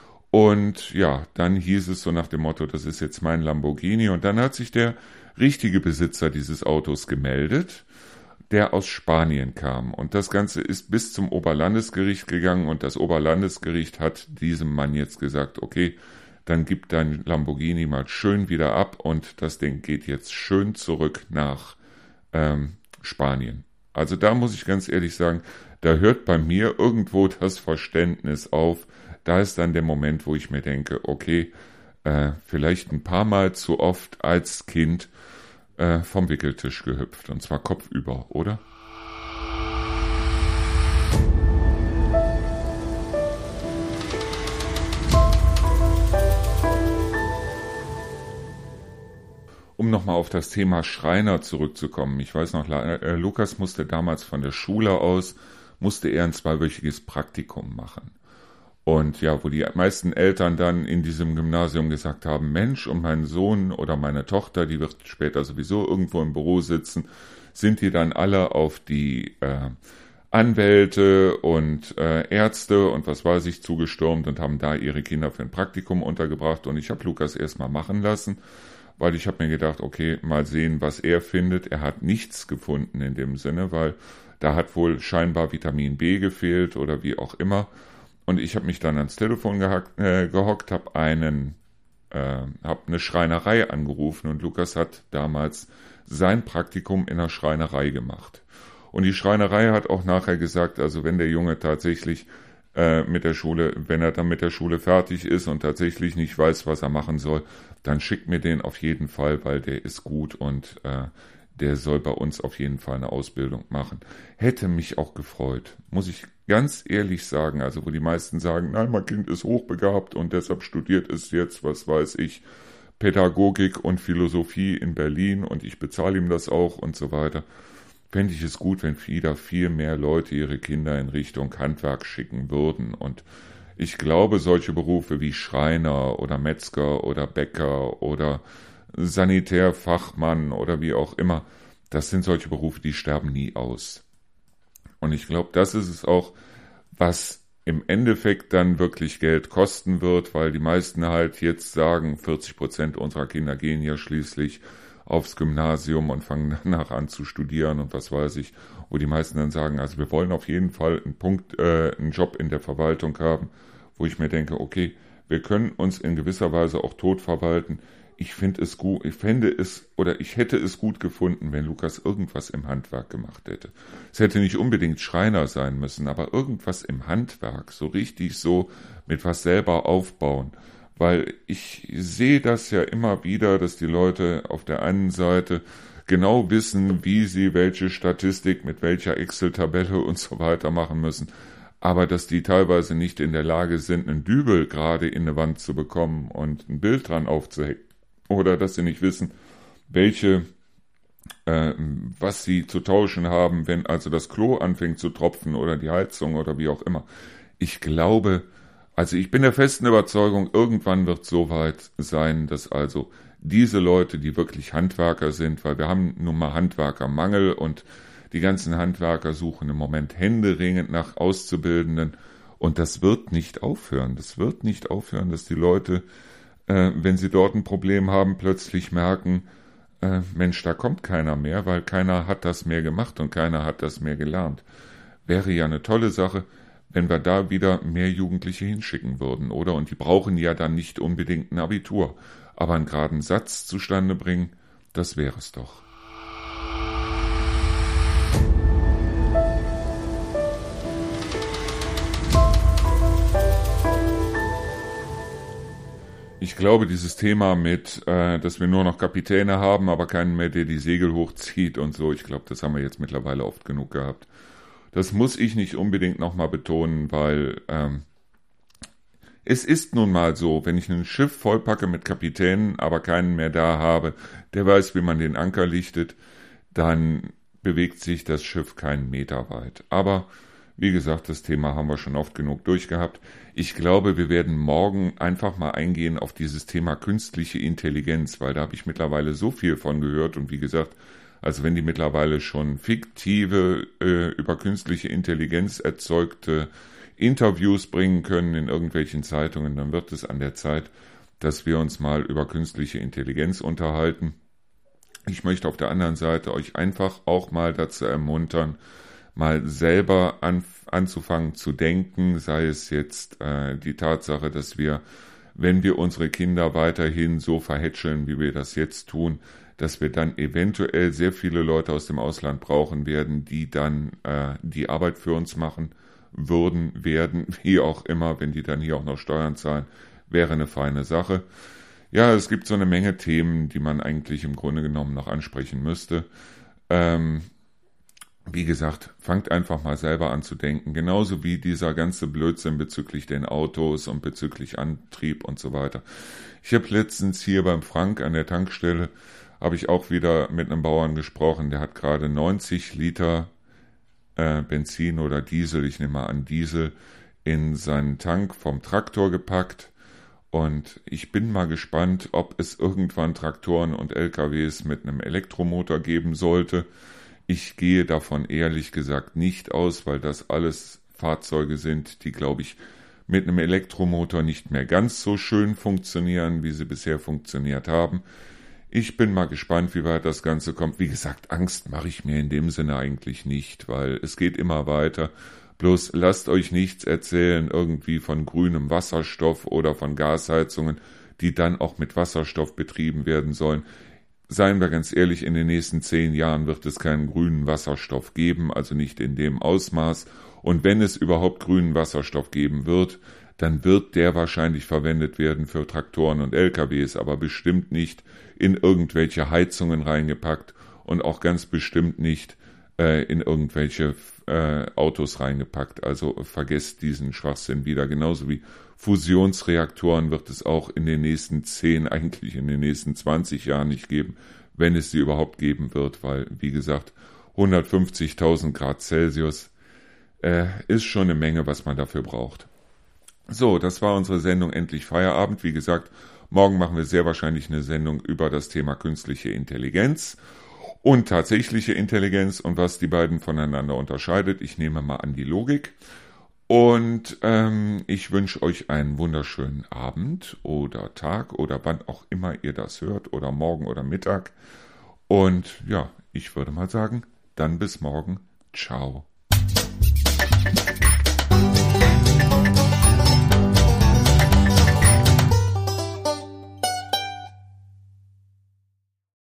Und ja, dann hieß es so nach dem Motto, das ist jetzt mein Lamborghini. Und dann hat sich der richtige Besitzer dieses Autos gemeldet, der aus Spanien kam. Und das Ganze ist bis zum Oberlandesgericht gegangen, und das Oberlandesgericht hat diesem Mann jetzt gesagt, okay, dann gib dein Lamborghini mal schön wieder ab, und das Ding geht jetzt schön zurück nach ähm, Spanien. Also da muss ich ganz ehrlich sagen, da hört bei mir irgendwo das Verständnis auf. Da ist dann der Moment, wo ich mir denke, okay, äh, vielleicht ein paar Mal zu oft als Kind äh, vom Wickeltisch gehüpft, und zwar kopfüber, oder? Um nochmal auf das Thema Schreiner zurückzukommen. Ich weiß noch, äh, Lukas musste damals von der Schule aus, musste er ein zweiwöchiges Praktikum machen. Und ja, wo die meisten Eltern dann in diesem Gymnasium gesagt haben, Mensch, und mein Sohn oder meine Tochter, die wird später sowieso irgendwo im Büro sitzen, sind die dann alle auf die äh, Anwälte und äh, Ärzte und was weiß ich zugestürmt und haben da ihre Kinder für ein Praktikum untergebracht. Und ich habe Lukas erstmal machen lassen, weil ich habe mir gedacht, okay, mal sehen, was er findet. Er hat nichts gefunden in dem Sinne, weil da hat wohl scheinbar Vitamin B gefehlt oder wie auch immer. Und ich habe mich dann ans Telefon gehackt, äh, gehockt, habe einen, äh, habe eine Schreinerei angerufen, und Lukas hat damals sein Praktikum in einer Schreinerei gemacht. Und die Schreinerei hat auch nachher gesagt, also wenn der Junge tatsächlich äh, mit der Schule, wenn er dann mit der Schule fertig ist und tatsächlich nicht weiß, was er machen soll, dann schickt mir den auf jeden Fall, weil der ist gut und äh, der soll bei uns auf jeden Fall eine Ausbildung machen. Hätte mich auch gefreut, muss ich ganz ehrlich sagen, also wo die meisten sagen, nein, mein Kind ist hochbegabt und deshalb studiert es jetzt, was weiß ich, Pädagogik und Philosophie in Berlin und ich bezahle ihm das auch und so weiter, fände ich es gut, wenn wieder viel mehr Leute ihre Kinder in Richtung Handwerk schicken würden. Und ich glaube, solche Berufe wie Schreiner oder Metzger oder Bäcker oder Sanitärfachmann oder wie auch immer, das sind solche Berufe, die sterben nie aus. Und ich glaube, das ist es auch, was im Endeffekt dann wirklich Geld kosten wird, weil die meisten halt jetzt sagen, vierzig Prozent unserer Kinder gehen ja schließlich aufs Gymnasium und fangen danach an zu studieren und was weiß ich, wo die meisten dann sagen, also wir wollen auf jeden Fall einen Punkt, äh, einen Job in der Verwaltung haben, wo ich mir denke, okay, wir können uns in gewisser Weise auch tot verwalten. Ich finde es gut, ich fände es oder ich hätte es gut gefunden, wenn Lukas irgendwas im Handwerk gemacht hätte. Es hätte nicht unbedingt Schreiner sein müssen, aber irgendwas im Handwerk, so richtig so mit was selber aufbauen. Weil ich sehe das ja immer wieder, dass die Leute auf der einen Seite genau wissen, wie sie welche Statistik mit welcher Excel-Tabelle und so weiter machen müssen, aber dass die teilweise nicht in der Lage sind, einen Dübel gerade in eine Wand zu bekommen und ein Bild dran aufzuhängen. Oder dass sie nicht wissen, welche, äh, was sie zu tauschen haben, wenn also das Klo anfängt zu tropfen oder die Heizung oder wie auch immer. Ich glaube, also ich bin der festen Überzeugung, irgendwann wird es so weit sein, dass also diese Leute, die wirklich Handwerker sind, weil wir haben nun mal Handwerkermangel und die ganzen Handwerker suchen im Moment händeringend nach Auszubildenden und das wird nicht aufhören. Das wird nicht aufhören, dass die Leute, äh, wenn sie dort ein Problem haben, plötzlich merken, äh, Mensch, da kommt keiner mehr, weil keiner hat das mehr gemacht und keiner hat das mehr gelernt. Wäre ja eine tolle Sache, wenn wir da wieder mehr Jugendliche hinschicken würden, oder? Und die brauchen ja dann nicht unbedingt ein Abitur, aber einen geraden Satz zustande bringen, das wäre es doch. Ich glaube, dieses Thema mit, äh, dass wir nur noch Kapitäne haben, aber keinen mehr, der die Segel hochzieht und so, ich glaube, das haben wir jetzt mittlerweile oft genug gehabt. Das muss ich nicht unbedingt nochmal betonen, weil ähm, es ist nun mal so, wenn ich ein Schiff vollpacke mit Kapitänen, aber keinen mehr da habe, der weiß, wie man den Anker lichtet, dann bewegt sich das Schiff keinen Meter weit. Aber wie gesagt, das Thema haben wir schon oft genug durchgehabt. Ich glaube, wir werden morgen einfach mal eingehen auf dieses Thema künstliche Intelligenz, weil da habe ich mittlerweile so viel von gehört und wie gesagt, also wenn die mittlerweile schon fiktive, äh, über künstliche Intelligenz erzeugte Interviews bringen können in irgendwelchen Zeitungen, dann wird es an der Zeit, dass wir uns mal über künstliche Intelligenz unterhalten. Ich möchte auf der anderen Seite euch einfach auch mal dazu ermuntern, mal selber an, anzufangen zu denken, sei es jetzt äh, die Tatsache, dass wir, wenn wir unsere Kinder weiterhin so verhätscheln, wie wir das jetzt tun, dass wir dann eventuell sehr viele Leute aus dem Ausland brauchen werden, die dann äh, die Arbeit für uns machen würden, werden, wie auch immer, wenn die dann hier auch noch Steuern zahlen, wäre eine feine Sache. Ja, es gibt so eine Menge Themen, die man eigentlich im Grunde genommen noch ansprechen müsste. Ähm, wie gesagt, fangt einfach mal selber an zu denken, genauso wie dieser ganze Blödsinn bezüglich den Autos und bezüglich Antrieb und so weiter. Ich habe letztens hier beim Frank an der Tankstelle, habe ich auch wieder mit einem Bauern gesprochen, der hat gerade neunzig Liter äh, Benzin oder Diesel, ich nehme mal an Diesel, in seinen Tank vom Traktor gepackt. Und ich bin mal gespannt, ob es irgendwann Traktoren und L K Ws mit einem Elektromotor geben sollte. Ich gehe davon ehrlich gesagt nicht aus, weil das alles Fahrzeuge sind, die, glaube ich, mit einem Elektromotor nicht mehr ganz so schön funktionieren, wie sie bisher funktioniert haben. Ich bin mal gespannt, wie weit das Ganze kommt. Wie gesagt, Angst mache ich mir in dem Sinne eigentlich nicht, weil es geht immer weiter. Bloß lasst euch nichts erzählen irgendwie von grünem Wasserstoff oder von Gasheizungen, die dann auch mit Wasserstoff betrieben werden sollen. Seien wir ganz ehrlich, in den nächsten zehn Jahren wird es keinen grünen Wasserstoff geben, also nicht in dem Ausmaß. Und wenn es überhaupt grünen Wasserstoff geben wird, dann wird der wahrscheinlich verwendet werden für Traktoren und L K Ws, aber bestimmt nicht in irgendwelche Heizungen reingepackt und auch ganz bestimmt nicht äh, in irgendwelche äh, Autos reingepackt. Also vergesst diesen Schwachsinn wieder. Genauso wie Fusionsreaktoren wird es auch in den nächsten zehn, eigentlich in den nächsten zwanzig Jahren nicht geben, wenn es sie überhaupt geben wird, weil, wie gesagt, hundertfünfzigtausend Grad Celsius äh, ist schon eine Menge, was man dafür braucht. So, das war unsere Sendung Endlich Feierabend. Wie gesagt, morgen machen wir sehr wahrscheinlich eine Sendung über das Thema künstliche Intelligenz und tatsächliche Intelligenz und was die beiden voneinander unterscheidet. Ich nehme mal an die Logik. Und ähm, ich wünsche euch einen wunderschönen Abend oder Tag oder wann auch immer ihr das hört oder morgen oder Mittag. Und ja, ich würde mal sagen, dann bis morgen. Ciao.